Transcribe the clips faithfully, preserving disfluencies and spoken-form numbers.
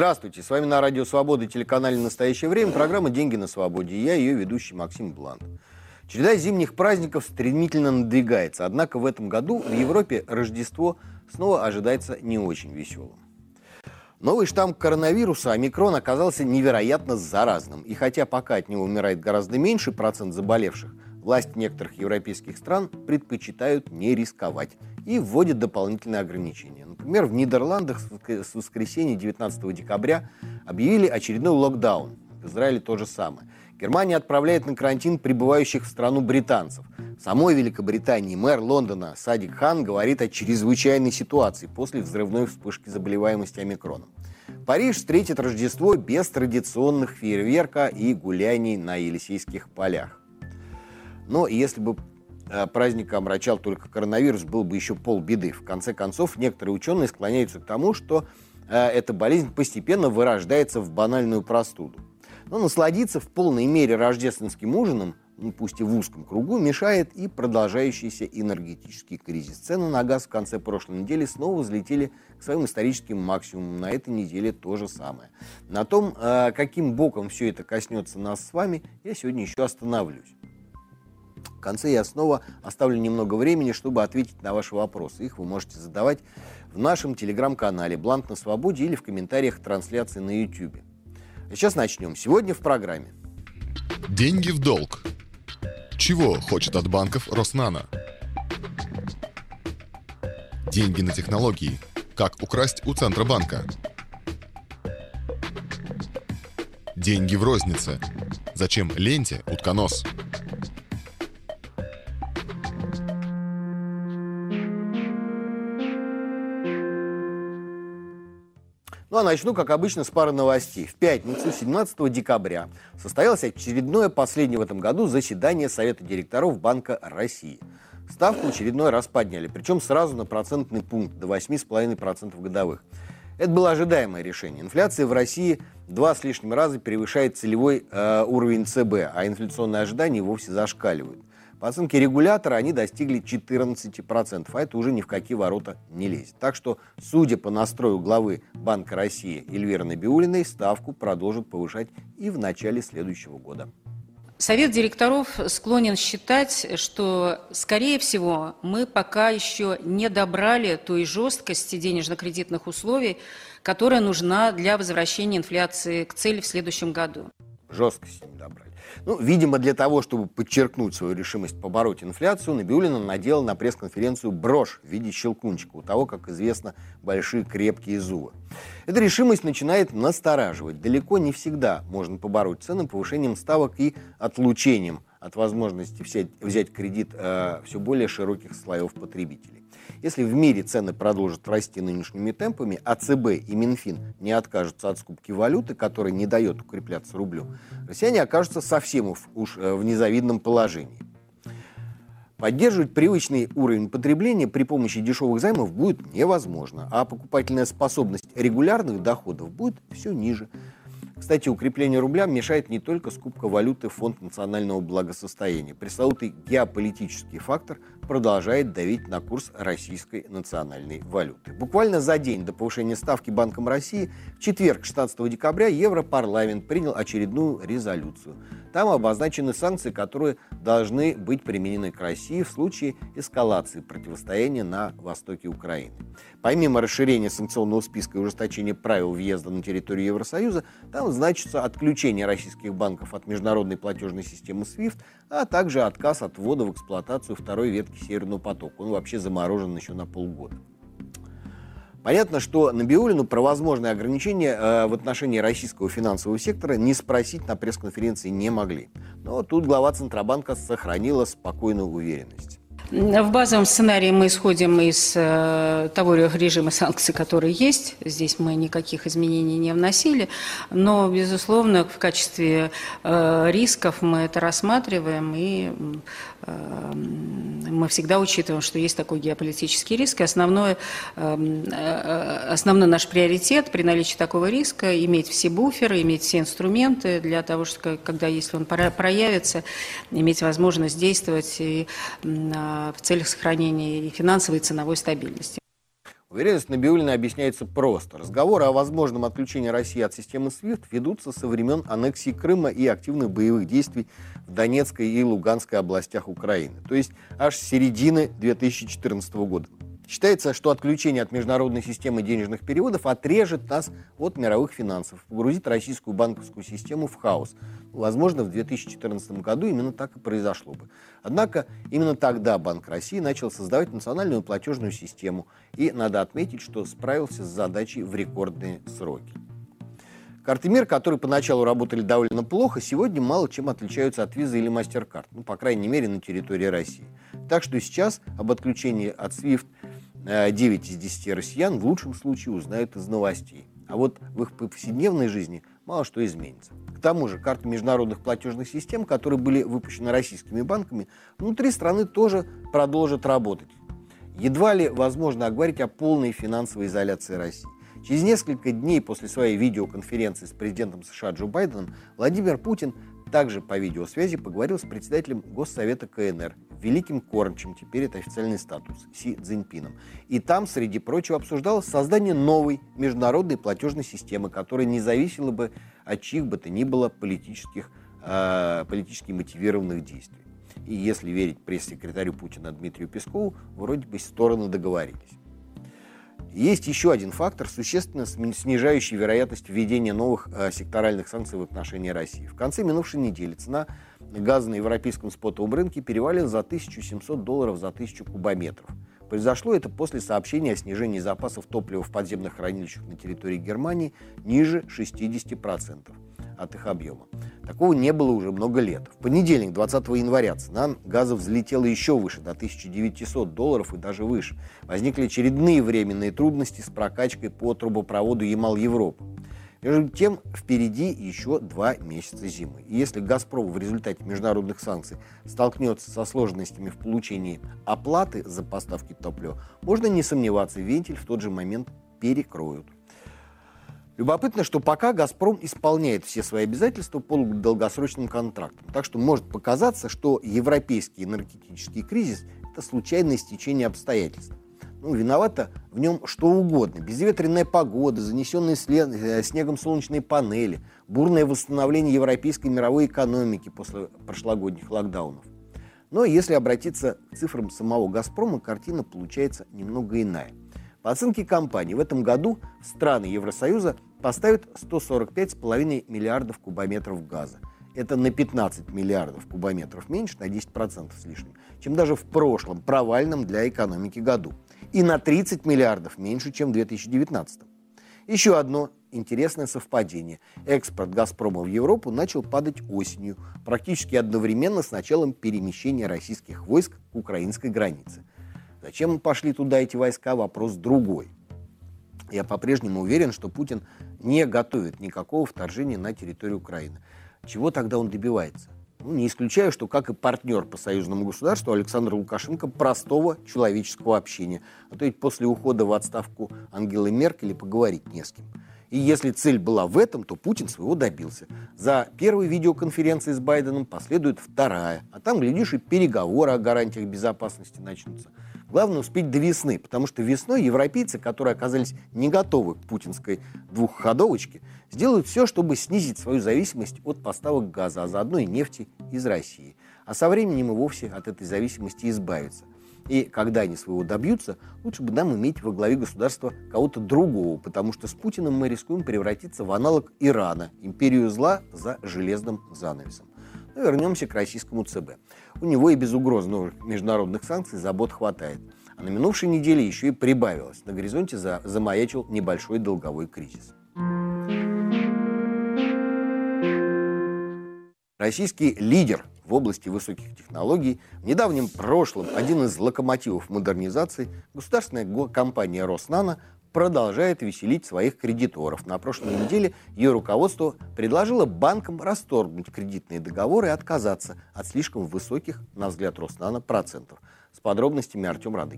Здравствуйте, с вами на Радио Свобода и телеканале «Настоящее время» программа «Деньги на свободе». И я, ее ведущий Максим Блант. Череда зимних праздников стремительно надвигается, однако в этом году в Европе Рождество снова ожидается не очень веселым. Новый штамм коронавируса, омикрон, оказался невероятно заразным. И хотя пока от него умирает гораздо меньше процент заболевших, власти некоторых европейских стран предпочитают не рисковать и вводят дополнительные ограничения. Например, в Нидерландах с воскресенья девятнадцатого декабря объявили очередной локдаун. В Израиле то же самое. Германия отправляет на карантин прибывающих в страну британцев. В самой Великобритании мэр Лондона Садик Хан говорит о чрезвычайной ситуации после взрывной вспышки заболеваемости омикроном. Париж встретит Рождество без традиционных фейерверка и гуляний на Елисейских полях. Но если бы праздник омрачал только коронавирус, был бы еще полбеды. В конце концов, некоторые ученые склоняются к тому, что эта болезнь постепенно вырождается в банальную простуду. Но насладиться в полной мере рождественским ужином, ну, пусть и в узком кругу, мешает и продолжающийся энергетический кризис. Цены на газ в конце прошлой недели снова взлетели к своим историческим максимумам. На этой неделе то же самое. На том, каким боком все это коснется нас с вами, я сегодня еще остановлюсь. В конце я снова оставлю немного времени, чтобы ответить на ваши вопросы. Их вы можете задавать в нашем телеграм-канале «Блант на свободе» или в комментариях трансляции на YouTube. А сейчас начнем. Сегодня в программе. Деньги в долг. Чего хочет от банков Роснано? Деньги на технологии. Как украсть у Центробанка? Деньги в рознице. Зачем ленте утконос? Ну а начну, как обычно, с пары новостей. В пятницу, семнадцатого декабря, состоялось очередное, последнее в этом году, заседание Совета директоров Банка России. Ставку очередной раз подняли, причем сразу на процентный пункт, до восемь целых пять десятых процента годовых. Это было ожидаемое решение. Инфляция в России два с лишним раза перевышает целевой э, уровень ЦБ, а инфляционные ожидания вовсе зашкаливают. По оценке регулятора, они достигли четырнадцати процентов, а это уже ни в какие ворота не лезет. Так что, судя по настрою главы Банка России Эльвиры Набиуллиной, ставку продолжат повышать и в начале следующего года. Совет директоров склонен считать, что, скорее всего, мы пока еще не добрали той жесткости денежно-кредитных условий, которая нужна для возвращения инфляции к цели в следующем году. Жесткости не добрали. Ну, видимо, для того, чтобы подчеркнуть свою решимость побороть инфляцию, Набиуллина надела на пресс-конференцию брошь в виде щелкунчика, у того, как известно, большие крепкие зубы. Эта решимость начинает настораживать. Далеко не всегда можно побороть цены повышением ставок и отлучением от возможности взять, взять кредит э, все более широких слоев потребителей. Если в мире цены продолжат расти нынешними темпами, а ЦБ и Минфин не откажутся от скупки валюты, которая не дает укрепляться рублю, россияне окажутся совсем уж в незавидном положении. Поддерживать привычный уровень потребления при помощи дешевых займов будет невозможно, а покупательная способность регулярных доходов будет все ниже. Кстати, укрепление рубля мешает не только скупка валюты в Фонд национального благосостояния. Пресловутый геополитический фактор продолжает давить на курс российской национальной валюты. Буквально за день до повышения ставки Банком России в четверг, шестнадцатого декабря, Европарламент принял очередную резолюцию. Там обозначены санкции, которые должны быть применены к России в случае эскалации противостояния на востоке Украины. Помимо расширения санкционного списка и ужесточения правил въезда на территорию Евросоюза, там значится отключение российских банков от международной платежной системы свифт, а также отказ от ввода в эксплуатацию второй ветки Северного потока. Он вообще заморожен еще на полгода. Понятно, что Набиуллину про возможные ограничения э, в отношении российского финансового сектора не спросить на пресс-конференции не могли. Но тут глава Центробанка сохранила спокойную уверенность. В базовом сценарии мы исходим из э, того режима санкций, который есть. Здесь мы никаких изменений не вносили. Но, безусловно, в качестве э, рисков мы это рассматриваем. И э, мы всегда учитываем, что есть такой геополитический риск. И основной, э, основной наш приоритет при наличии такого риска – иметь все буферы, иметь все инструменты для того, чтобы, когда, если он проявится, иметь возможность действовать и э, в целях сохранения и финансовой, и ценовой стабильности. Уверенность Набиуллина объясняется просто. Разговоры о возможном отключении России от системы свифт ведутся со времен аннексии Крыма и активных боевых действий в Донецкой и Луганской областях Украины, то есть аж с середины две тысячи четырнадцатого года. Считается, что отключение от международной системы денежных переводов отрежет нас от мировых финансов, погрузит российскую банковскую систему в хаос. Возможно, в две тысячи четырнадцатом году именно так и произошло бы. Однако именно тогда Банк России начал создавать национальную платежную систему, и надо отметить, что справился с задачей в рекордные сроки. Карты МИР, которые поначалу работали довольно плохо, сегодня мало чем отличаются от Visa или MasterCard, ну, по крайней мере, на территории России. Так что сейчас об отключении от свифт девять из десяти россиян в лучшем случае узнают из новостей. А вот в их повседневной жизни мало что изменится. К тому же карты международных платежных систем, которые были выпущены российскими банками, внутри страны тоже продолжат работать. Едва ли возможно говорить о полной финансовой изоляции России. Через несколько дней после своей видеоконференции с президентом США Джо Байденом Владимир Путин также по видеосвязи поговорил с председателем Госсовета КНР, великим кормчим, теперь это официальный статус, Си Цзиньпином. И там, среди прочего, обсуждалось создание новой международной платежной системы, которая не зависела бы от чьих бы то ни было политических, э, политически мотивированных действий. И если верить пресс-секретарю Путина Дмитрию Пескову, вроде бы стороны договорились. Есть еще один фактор, существенно снижающий вероятность введения новых э, секторальных санкций в отношении России. В конце минувшей недели цена газа на европейском спотовом рынке перевалила за тысячу семьсот долларов за тысячу кубометров. Произошло это после сообщения о снижении запасов топлива в подземных хранилищах на территории Германии ниже шестидесяти процентов от их объема. Такого не было уже много лет. В понедельник, двадцатого января, цена газа взлетела еще выше, до тысячи девятисот долларов и даже выше. Возникли очередные временные трудности с прокачкой по трубопроводу Ямал-Европа. Между тем, впереди еще два месяца зимы. И если «Газпром» в результате международных санкций столкнется со сложностями в получении оплаты за поставки топлива, можно не сомневаться, вентиль в тот же момент перекроют. Любопытно, что пока «Газпром» исполняет все свои обязательства по долгосрочным контрактам. Так что может показаться, что европейский энергетический кризис – это случайное стечение обстоятельств. Ну, виновата в нем что угодно. Безветренная погода, занесенные снегом солнечные панели, бурное восстановление европейской мировой экономики после прошлогодних локдаунов. Но если обратиться к цифрам самого «Газпрома», картина получается немного иная. По оценке компании, в этом году в страны Евросоюза поставят сто сорок пять целых пять десятых миллиардов кубометров газа. Это на пятнадцать миллиардов кубометров меньше, на десять процентов с лишним, чем даже в прошлом провальном для экономики году. И на тридцать миллиардов меньше, чем в две тысячи девятнадцатом. Еще одно интересное совпадение. Экспорт «Газпрома» в Европу начал падать осенью, практически одновременно с началом перемещения российских войск к украинской границе. Зачем пошли туда эти войска, вопрос другой. Я по-прежнему уверен, что Путин не готовит никакого вторжения на территорию Украины. Чего тогда он добивается? Ну, не исключаю, что, как и партнер по союзному государству, Александр Лукашенко простого человеческого общения. А то ведь после ухода в отставку Ангелы Меркель поговорить не с кем. И если цель была в этом, то Путин своего добился. За первой видеоконференцией с Байденом последует вторая. А там, глядишь, и переговоры о гарантиях безопасности начнутся. Главное успеть до весны, потому что весной европейцы, которые оказались не готовы к путинской двухходовочке, сделают все, чтобы снизить свою зависимость от поставок газа, а заодно и нефти из России. А со временем и вовсе от этой зависимости избавиться. И когда они своего добьются, лучше бы нам иметь во главе государства кого-то другого, потому что с Путиным мы рискуем превратиться в аналог Ирана, империю зла за железным занавесом. Но вернемся к российскому ЦБ. У него и без угроз новых международных санкций забот хватает. А на минувшей неделе еще и прибавилось. На горизонте за, замаячил небольшой долговой кризис. Российский лидер в области высоких технологий, в недавнем прошлом один из локомотивов модернизации, государственная компания «Роснано» продолжает веселить своих кредиторов. На прошлой неделе ее руководство предложило банкам расторгнуть кредитные договоры и отказаться от слишком высоких, на взгляд Роснано, процентов. С подробностями Артем Радыгин.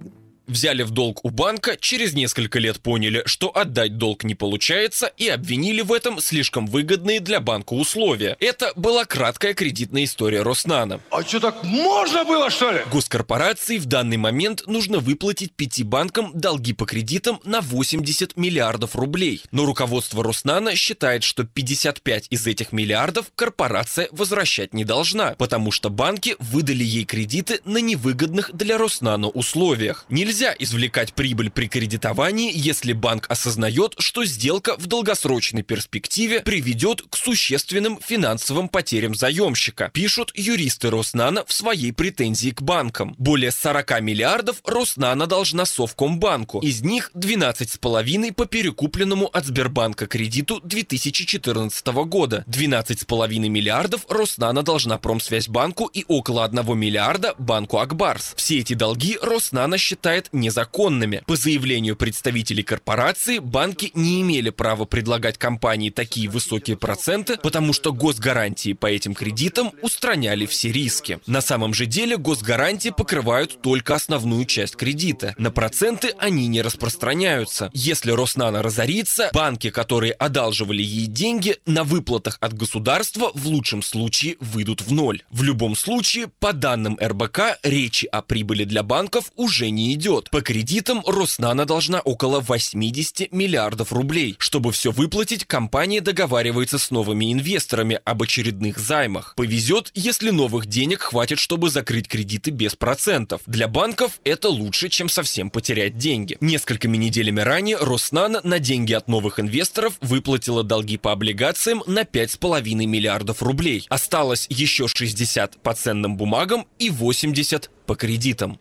Взяли в долг у банка, через несколько лет поняли, что отдать долг не получается, и обвинили в этом слишком выгодные для банка условия. Это была краткая кредитная история Роснано. А что, так можно было, что ли? Госкорпорации в данный момент нужно выплатить пяти банкам долги по кредитам на восемьдесят миллиардов рублей. Но руководство Роснано считает, что пятьдесят пять из этих миллиардов корпорация возвращать не должна, потому что банки выдали ей кредиты на невыгодных для Роснано условиях. Нельзя извлекать прибыль при кредитовании, если банк осознает, что сделка в долгосрочной перспективе приведет к существенным финансовым потерям заемщика, пишут юристы Роснано в своей претензии к банкам. Более сорок миллиардов Роснано должна Совкомбанку, из них двенадцать с половиной по перекупленному от Сбербанка кредиту две тысячи четырнадцатого года, двенадцать с половиной миллиардов Роснано должна Промсвязьбанку и около одного миллиарда банку Акбарс. Все эти долги Роснано считает незаконными. По заявлению представителей корпорации, банки не имели права предлагать компании такие высокие проценты, потому что госгарантии по этим кредитам устраняли все риски. На самом же деле госгарантии покрывают только основную часть кредита. На проценты они не распространяются. Если Роснано разорится, банки, которые одалживали ей деньги, на выплатах от государства в лучшем случае выйдут в ноль. В любом случае, по данным эр бэ ка, речи о прибыли для банков уже не идет. По кредитам Роснано должна около восемьдесят миллиардов рублей. Чтобы все выплатить, компания договаривается с новыми инвесторами об очередных займах. Повезет, если новых денег хватит, чтобы закрыть кредиты без процентов. Для банков это лучше, чем совсем потерять деньги. Несколькими неделями ранее Роснано на деньги от новых инвесторов выплатила долги по облигациям на пять с половиной миллиардов рублей. Осталось еще шестьдесят по ценным бумагам и восемьдесят по кредитам.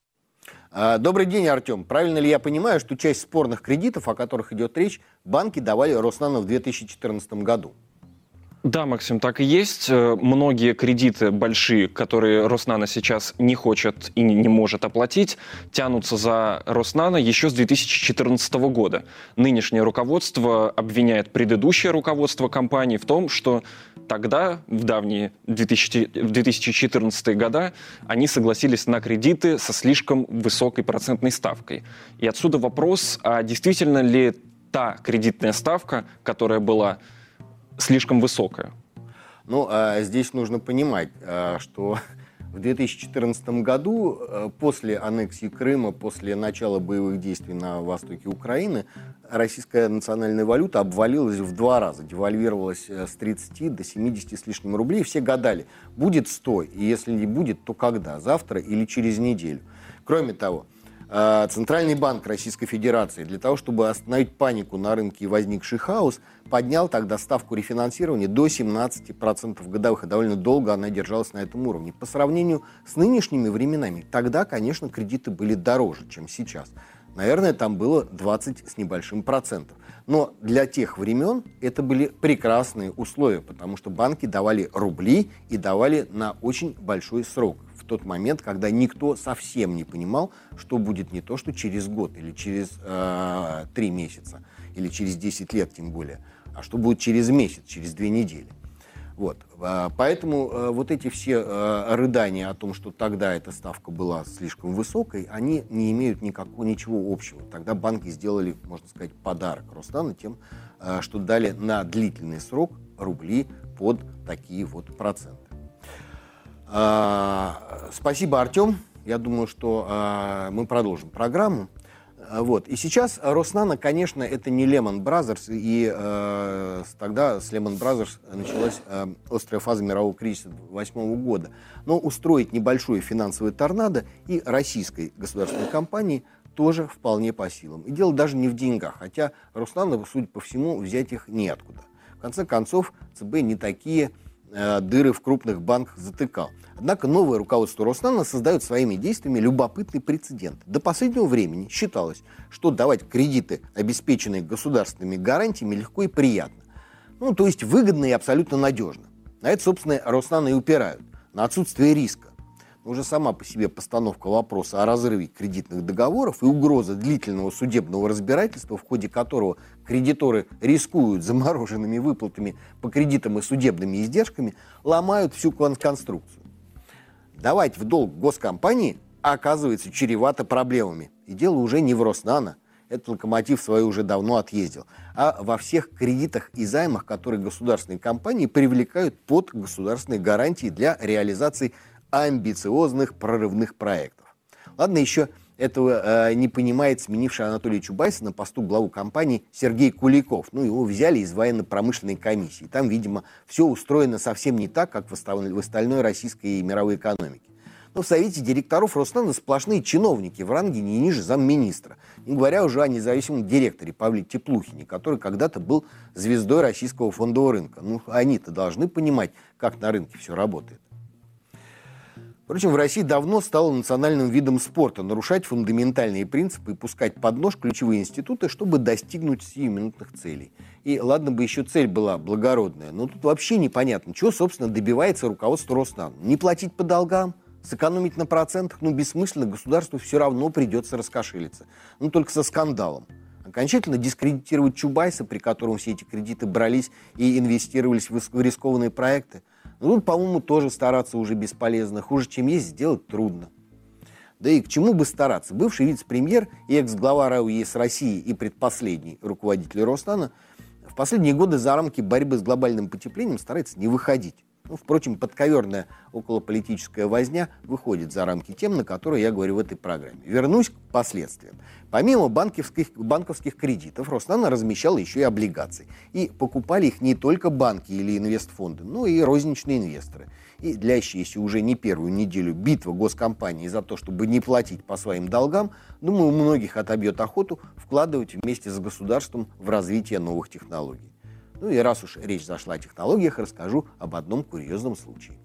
Добрый день, Артем. Правильно ли я понимаю, что часть спорных кредитов, о которых идет речь, банки давали Роснано в две тысячи четырнадцатом году? Да, Максим, так и есть. Многие кредиты большие, которые Роснано сейчас не хочет и не может оплатить, тянутся за Роснано еще с две тысячи четырнадцатого года. Нынешнее руководство обвиняет предыдущее руководство компании в том, что тогда, в давние две тысячи четырнадцатые года, они согласились на кредиты со слишком высокой процентной ставкой. И отсюда вопрос, а действительно ли та кредитная ставка, которая была слишком высокая? Ну, а здесь нужно понимать, что в две тысячи четырнадцатом году, после аннексии Крыма, после начала боевых действий на востоке Украины, российская национальная валюта обвалилась в два раза, девальвировалась с тридцати до семидесяти с лишним рублей. Все гадали, будет сто, и если не будет, то когда? Завтра или через неделю? Кроме того, Центральный банк Российской Федерации для того, чтобы остановить панику на рынке и возникший хаос, поднял тогда ставку рефинансирования до семнадцати процентов годовых, и довольно долго она держалась на этом уровне. По сравнению с нынешними временами, тогда, конечно, кредиты были дороже, чем сейчас. Наверное, там было двадцать с небольшим процентов. Но для тех времен это были прекрасные условия, потому что банки давали рубли и давали на очень большой срок. В тот момент, когда никто совсем не понимал, что будет не то, что через год или через э, три месяца, или через десять лет тем более, а что будет через месяц, через две недели. Вот. Поэтому вот эти все рыдания о том, что тогда эта ставка была слишком высокой, они не имеют никакого, ничего общего. Тогда банки сделали, можно сказать, подарок Роснано тем, что дали на длительный срок рубли под такие вот проценты. Спасибо, Артем. Я думаю, что мы продолжим программу. Вот. И сейчас Роснано, конечно, это не Lehman Brothers, и э, тогда с Lehman Brothers началась э, острая фаза мирового кризиса две тысячи восьмого года. Но устроить небольшой финансовый торнадо и российской государственной компании тоже вполне по силам. И дело даже не в деньгах, хотя Роснано, судя по всему, взять их неоткуда. В конце концов, ЦБ не такие э, дыры в крупных банках затыкал. Однако новое руководство Роснано создает своими действиями любопытный прецедент. До последнего времени считалось, что давать кредиты, обеспеченные государственными гарантиями, легко и приятно. Ну, то есть выгодно и абсолютно надежно. На это, собственно, Роснано и упирают. На отсутствие риска. Но уже сама по себе постановка вопроса о разрыве кредитных договоров и угроза длительного судебного разбирательства, в ходе которого кредиторы рискуют замороженными выплатами по кредитам и судебными издержками, ломают всю конструкцию. Давать в долг госкомпании оказывается чревато проблемами. И дело уже не в Роснано, этот локомотив свою уже давно отъездил, а во всех кредитах и займах, которые государственные компании привлекают под государственные гарантии для реализации амбициозных прорывных проектов. Ладно, еще этого э, не понимает сменивший Анатолия Чубайса на посту главу компании Сергей Куликов. Ну, его взяли из военно-промышленной комиссии. Там, видимо, все устроено совсем не так, как в остальной российской и мировой экономике. Но в совете директоров Роснано сплошные чиновники в ранге не ниже замминистра. Не говоря уже о независимом директоре Павле Теплухине, который когда-то был звездой российского фондового рынка. Ну, они-то должны понимать, как на рынке все работает. Впрочем, в России давно стало национальным видом спорта нарушать фундаментальные принципы и пускать под нож ключевые институты, чтобы достигнуть сиюминутных целей. И ладно бы еще цель была благородная, но тут вообще непонятно, чего, собственно, добивается руководство Роснано. Не платить по долгам? Сэкономить на процентах? Ну, бессмысленно, государству все равно придется раскошелиться. Ну, только со скандалом. Окончательно дискредитировать Чубайса, при котором все эти кредиты брались и инвестировались в рискованные проекты, ну, тут, по-моему, тоже стараться уже бесполезно. Хуже, чем есть, сделать трудно. Да и к чему бы стараться? Бывший вице-премьер и экс-глава РАО ЕС России и предпоследний руководитель Роснано в последние годы за рамки борьбы с глобальным потеплением старается не выходить. Ну, впрочем, подковерная околополитическая возня выходит за рамки тем, на которые я говорю в этой программе. Вернусь к последствиям. Помимо банковских, банковских кредитов, Роснано размещала еще и облигации. И покупали их не только банки или инвестфонды, но и розничные инвесторы. И длящаяся уже не первую неделю битва госкомпаний за то, чтобы не платить по своим долгам, думаю, у многих отобьет охоту вкладывать вместе с государством в развитие новых технологий. Ну и раз уж речь зашла о технологиях, расскажу об одном курьезном случае.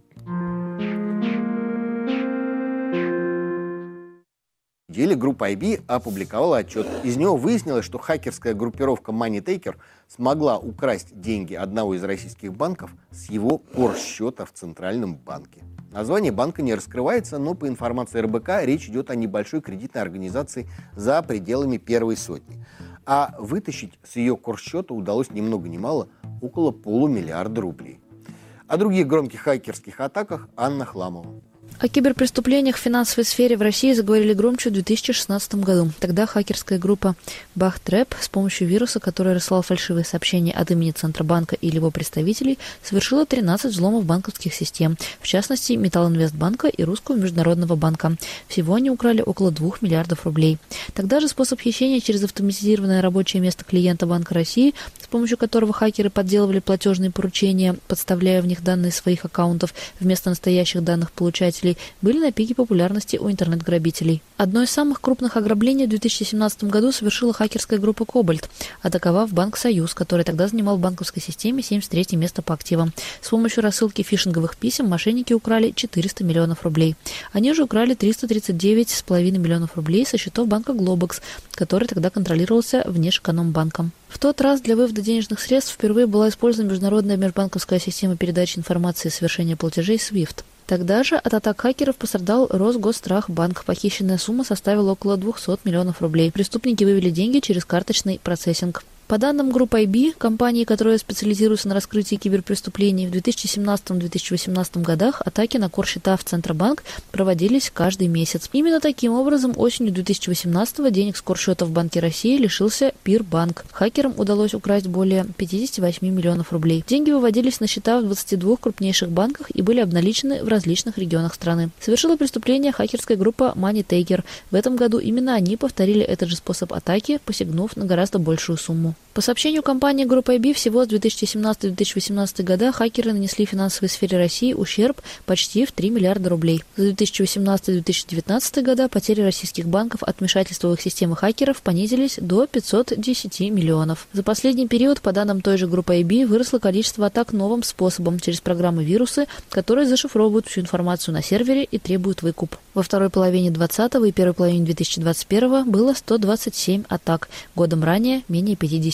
В неделе группа ай би опубликовала отчет. Из него выяснилось, что хакерская группировка MoneyTaker смогла украсть деньги одного из российских банков с его корсчета в Центральном банке. Название банка не раскрывается, но по информации эр бэ ка речь идет о небольшой кредитной организации за пределами первой сотни. А вытащить с ее корсчета удалось ни много ни мало около полумиллиарда рублей. О других громких хакерских атаках Анна Хламова. О киберпреступлениях в финансовой сфере в России заговорили громче в две тысячи шестнадцатом году. Тогда хакерская группа Bachtrap с помощью вируса, который рассылал фальшивые сообщения от имени Центробанка или его представителей, совершила тринадцать взломов банковских систем, в частности Металлинвестбанка и Русского международного банка. Всего они украли около двух миллиардов рублей. Тогда же способ хищения через автоматизированное рабочее место клиента Банка России, с помощью которого хакеры подделывали платежные поручения, подставляя в них данные своих аккаунтов вместо настоящих данных получателей, были на пике популярности у интернет-грабителей. Одно из самых крупных ограблений в две тысячи семнадцатом году совершила хакерская группа «Кобальт», атаковав Банк Союз, который тогда занимал в банковской системе семьдесят третье место по активам. С помощью рассылки фишинговых писем мошенники украли четыреста миллионов рублей. Они же украли триста тридцать девять целых пять десятых миллионов рублей со счетов банка «Глобекс», который тогда контролировался Внешэкономбанком. В тот раз для вывода денежных средств впервые была использована международная межбанковская система передачи информации и совершения платежей свифт. Тогда же от атак хакеров пострадал Росгосстрахбанк. Похищенная сумма составила около двухсот миллионов рублей. Преступники вывели деньги через карточный процессинг. По данным группы ай би, компании, которая специализируется на раскрытии киберпреступлений, в две тысячи семнадцатом — две тысячи восемнадцатом годах атаки на корсчета в Центробанк проводились каждый месяц. Именно таким образом осенью две тысячи восемнадцатого денег с корсчета в Банке России лишился Пирбанк. Хакерам удалось украсть более пятьдесят восемь миллионов рублей. Деньги выводились на счета в двадцати двух крупнейших банках и были обналичены в различных регионах страны. Совершила преступление хакерская группа MoneyTaker. В этом году именно они повторили этот же способ атаки, посягнув на гораздо большую сумму. По сообщению компании группы ай би, всего с две тысячи семнадцатого — две тысячи восемнадцатого года хакеры нанесли финансовой сфере России ущерб почти в три миллиарда рублей. За две тысячи восемнадцатый — две тысячи девятнадцатый года потери российских банков от вмешательства в их системы хакеров понизились до пятисот десяти миллионов. За последний период, по данным той же группы ай би, выросло количество атак новым способом через программы-вирусы, которые зашифровывают всю информацию на сервере и требуют выкуп. Во второй половине двадцатого и первой половине две тысячи двадцать первого было сто двадцать семь атак, годом ранее менее пятидесяти.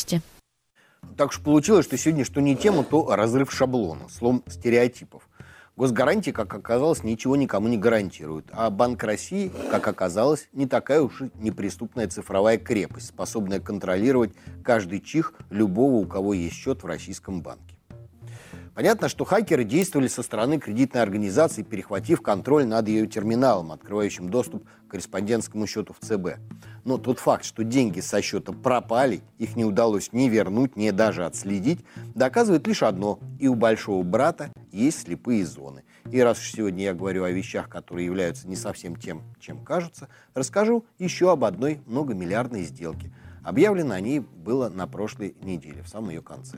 Так уж получилось, что сегодня что не тема, то разрыв шаблона, слом стереотипов. Госгарантии, как оказалось, ничего никому не гарантируют. А Банк России, как оказалось, не такая уж и неприступная цифровая крепость, способная контролировать каждый чих любого, у кого есть счет в российском банке. Понятно, что хакеры действовали со стороны кредитной организации, перехватив контроль над ее терминалом, открывающим доступ к корреспондентскому счету в ЦБ. Но тот факт, что деньги со счета пропали, их не удалось ни вернуть, ни даже отследить, доказывает лишь одно: и у большого брата есть слепые зоны. И раз уж сегодня я говорю о вещах, которые являются не совсем тем, чем кажутся, расскажу еще об одной многомиллиардной сделке. Объявлено о ней было на прошлой неделе, в самом ее конце.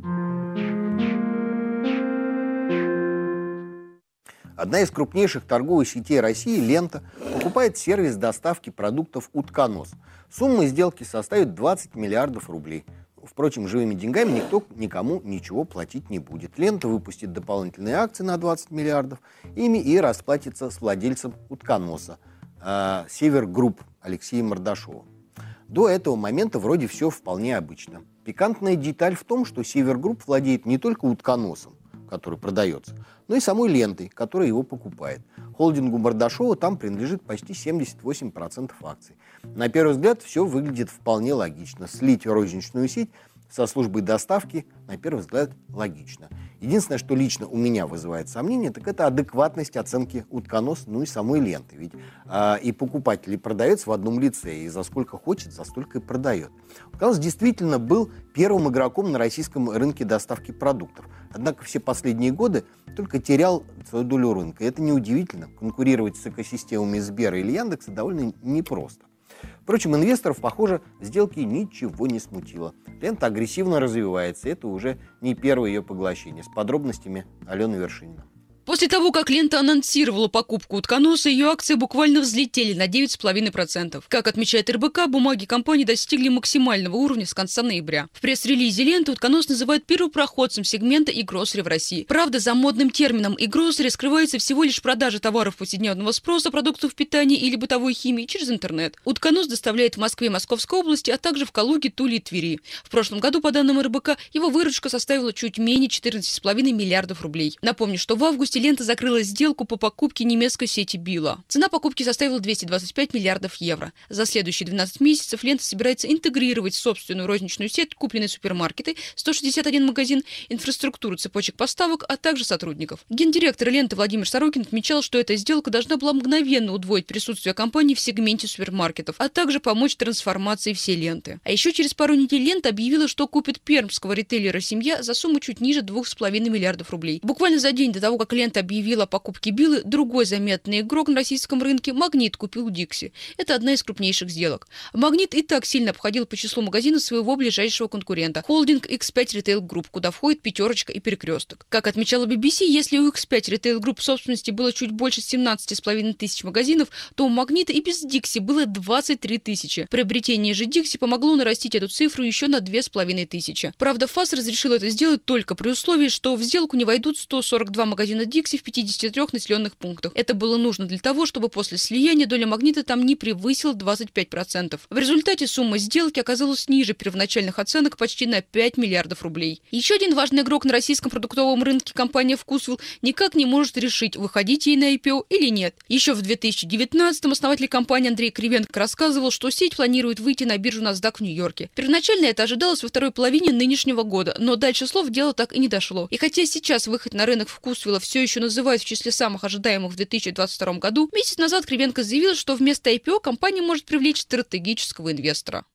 Одна из крупнейших торговых сетей России, «Лента», покупает сервис доставки продуктов «Утконос». Сумма сделки составит двадцать миллиардов рублей. Впрочем, живыми деньгами никто никому ничего платить не будет. «Лента» выпустит дополнительные акции на двадцать миллиардов, ими и расплатится с владельцем «Утконоса» э, «Север Групп» Алексеем Мордашовым. До этого момента вроде все вполне обычно. Пикантная деталь в том, что «Север Групп» владеет не только «Утконосом», который продается, но и самой «Лентой», которая его покупает. Холдингу Мордашова там принадлежит почти семьдесят восемь процентов акций. На первый взгляд все выглядит вполне логично. Слить розничную сеть со службой доставки, на первый взгляд, логично. Единственное, что лично у меня вызывает сомнение, так это адекватность оценки «Утконос», ну и самой «Ленты». Ведь а, и покупатель, и продавец в одном лице, и за сколько хочет, за столько и продает. «Утконос» действительно был первым игроком на российском рынке доставки продуктов. Однако все последние годы только терял свою долю рынка. И это неудивительно. Конкурировать с экосистемами Сбера или Яндекса довольно непросто. Впрочем, инвесторов, похоже, сделки ничего не смутило. «Лента» агрессивно развивается, это уже не первое ее поглощение. С подробностями Алена Вершинина. После того, как «Лента» анонсировала покупку «Утконоса», ее акции буквально взлетели на девять целых пять десятых процента. Как отмечает эр бэ ка, бумаги компании достигли максимального уровня с конца ноября. В пресс-релизе «Ленты» «Утконос» называют первопроходцем сегмента e-grocery в России. Правда, за модным термином e-grocery скрывается всего лишь продажа товаров повседневного спроса, продуктов питания или бытовой химии через интернет. «Утконос» доставляет в Москве и Московской области, а также в Калуге, Туле и Твери. В прошлом году, по данным эр бэ ка, его выручка составила чуть менее четырнадцати целых пяти десятых миллиардов рублей. Напомню, что в августе «Лента» закрыла сделку по покупке немецкой сети Билла. Цена покупки составила двести двадцать пять миллиардов евро. За следующие двенадцать месяцев «Лента» собирается интегрировать собственную розничную сеть, купленные супермаркеты, сто шестьдесят один магазин, инфраструктуру цепочек поставок, а также сотрудников. Гендиректор «Ленты» Владимир Сорокин отмечал, что эта сделка должна была мгновенно удвоить присутствие компании в сегменте супермаркетов, а также помочь трансформации всей «Ленты». А еще через пару недель «Лента» объявила, что купит пермского ритейлера «Семья» за сумму чуть ниже двух с половиной миллиардов рублей. Буквально за день до того, как «Лента» объявила о покупке Биллы, другой заметный игрок на российском рынке, «Магнит», купил Дикси. Это одна из крупнейших сделок. «Магнит» и так сильно обходил по числу магазинов своего ближайшего конкурента – холдинг икс пять Retail Group, куда входит «Пятерочка» и «Перекресток». Как отмечала би би си, если у икс пять Retail Group в собственности было чуть больше семнадцати с половиной тысяч магазинов, то у «Магнита» и без Дикси было двадцать три тысячи. Приобретение же Дикси помогло нарастить эту цифру еще на две с половиной тысячи. Правда, ФАС разрешил это сделать только при условии, что в сделку не войдут сто сорок два магазина Дикси в пятидесяти трёх населенных пунктах. Это было нужно для того, чтобы после слияния доля «Магнита» там не превысила двадцать пять процентов. В результате сумма сделки оказалась ниже первоначальных оценок почти на пять миллиардов рублей. Еще один важный игрок на российском продуктовом рынке, компания «Вкусвилл», никак не может решить, выходить ей на ай пи о или нет. Еще в две тысячи девятнадцатом основатель компании Андрей Кривенко рассказывал, что сеть планирует выйти на биржу NASDAQ в Нью-Йорке. Первоначально это ожидалось во второй половине нынешнего года, но дальше слов дело так и не дошло. И хотя сейчас выход на рынок «Вкусвилла» все еще называют в числе самых ожидаемых в две тысячи двадцать втором году, месяц назад Кривенко заявил, что вместо ай пи о компания может привлечь стратегического инвестора.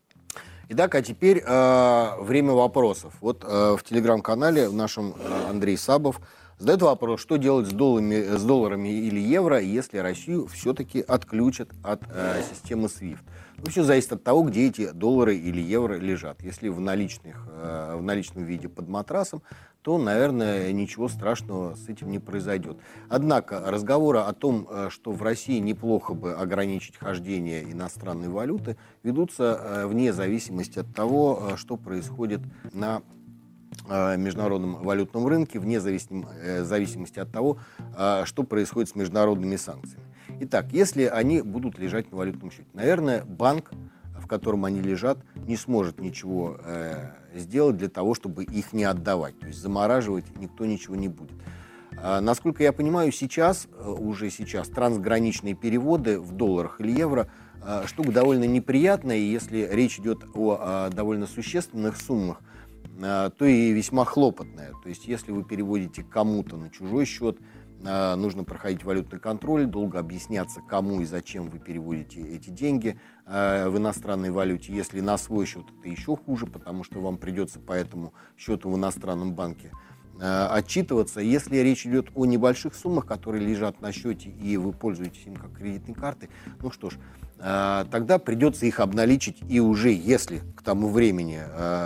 Итак, а теперь э, время вопросов. Вот э, в телеграм-канале в нашем э, Андрей Сабов задает вопрос, что делать с долларами, с долларами или евро, если Россию все-таки отключат от э, системы свифт. Ну, все зависит от того, где эти доллары или евро лежат. Если в, наличных, э, в наличном виде под матрасом, то, наверное, ничего страшного с этим не произойдет. Однако разговоры о том, что в России неплохо бы ограничить хождение иностранной валюты, ведутся вне зависимости от того, что происходит на международном валютном рынке, вне зависимости от того, что происходит с международными санкциями. Итак, если они будут лежать на валютном счете, наверное, банк, в котором они лежат, не сможет ничего э, сделать для того, чтобы их не отдавать. То есть замораживать никто ничего не будет. А, насколько я понимаю, сейчас, уже сейчас, трансграничные переводы в долларах или евро а, штука довольно неприятная, и если речь идет о, о довольно существенных суммах, то и весьма хлопотная. То есть если вы переводите кому-то на чужой счет, нужно проходить валютный контроль, долго объясняться, кому и зачем вы переводите эти деньги в иностранной валюте. Если на свой счет, это еще хуже, потому что вам придется по этому счету в иностранном банке отчитываться. Если речь идет о небольших суммах, которые лежат на счете, и вы пользуетесь им как кредитной картой, ну что ж, тогда придется их обналичить, и уже если к тому времени,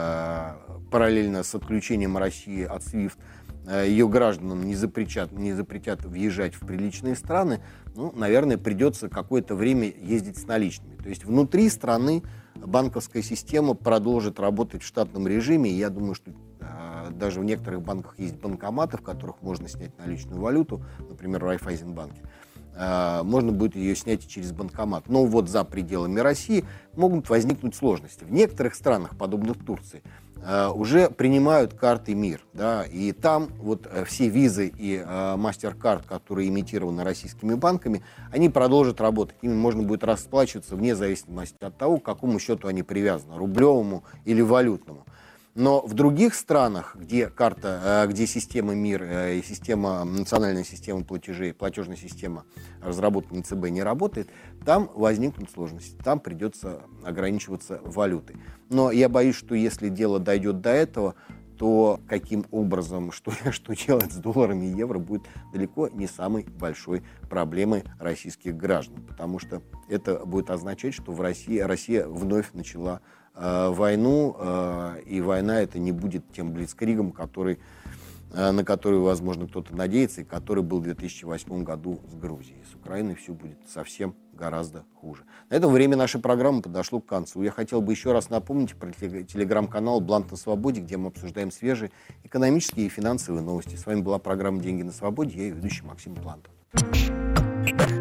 параллельно с отключением России от свифт, ее гражданам не запретят, не запретят въезжать в приличные страны, ну, наверное, придется какое-то время ездить с наличными. То есть внутри страны банковская система продолжит работать в штатном режиме. И я думаю, что э, даже в некоторых банках есть банкоматы, в которых можно снять наличную валюту, например, в Райффайзенбанке. Э, можно будет ее снять через банкомат. Но вот за пределами России могут возникнуть сложности. В некоторых странах, подобных Турции, уже принимают карты МИР, да, и там вот все визы и э, MasterCard, которые имитированы российскими банками, они продолжат работать. Ими можно будет расплачиваться вне зависимости от того, к какому счету они привязаны, рублевому или валютному. Но в других странах, где карта, где система МИР и система, национальная система платежей, платежная система, разработанная ЦБ, не работает, там возникнут сложности, там придется ограничиваться валютой. Но я боюсь, что если дело дойдет до этого, то каким образом, что, что делать с долларами и евро, будет далеко не самой большой проблемой российских граждан. Потому что это будет означать, что в России, Россия вновь начала э, войну, э, и война это не будет тем блицкригом, который, э, на который, возможно, кто-то надеется, и который был в две тысячи восьмом году с Грузией. С Украиной все будет совсем гораздо хуже. На этом время нашей программы подошло к концу. Я хотел бы еще раз напомнить про телеграм-канал «Блант на свободе», где мы обсуждаем свежие экономические и финансовые новости. С вами была программа «Деньги на свободе». Я ее ведущий Максим Блантов.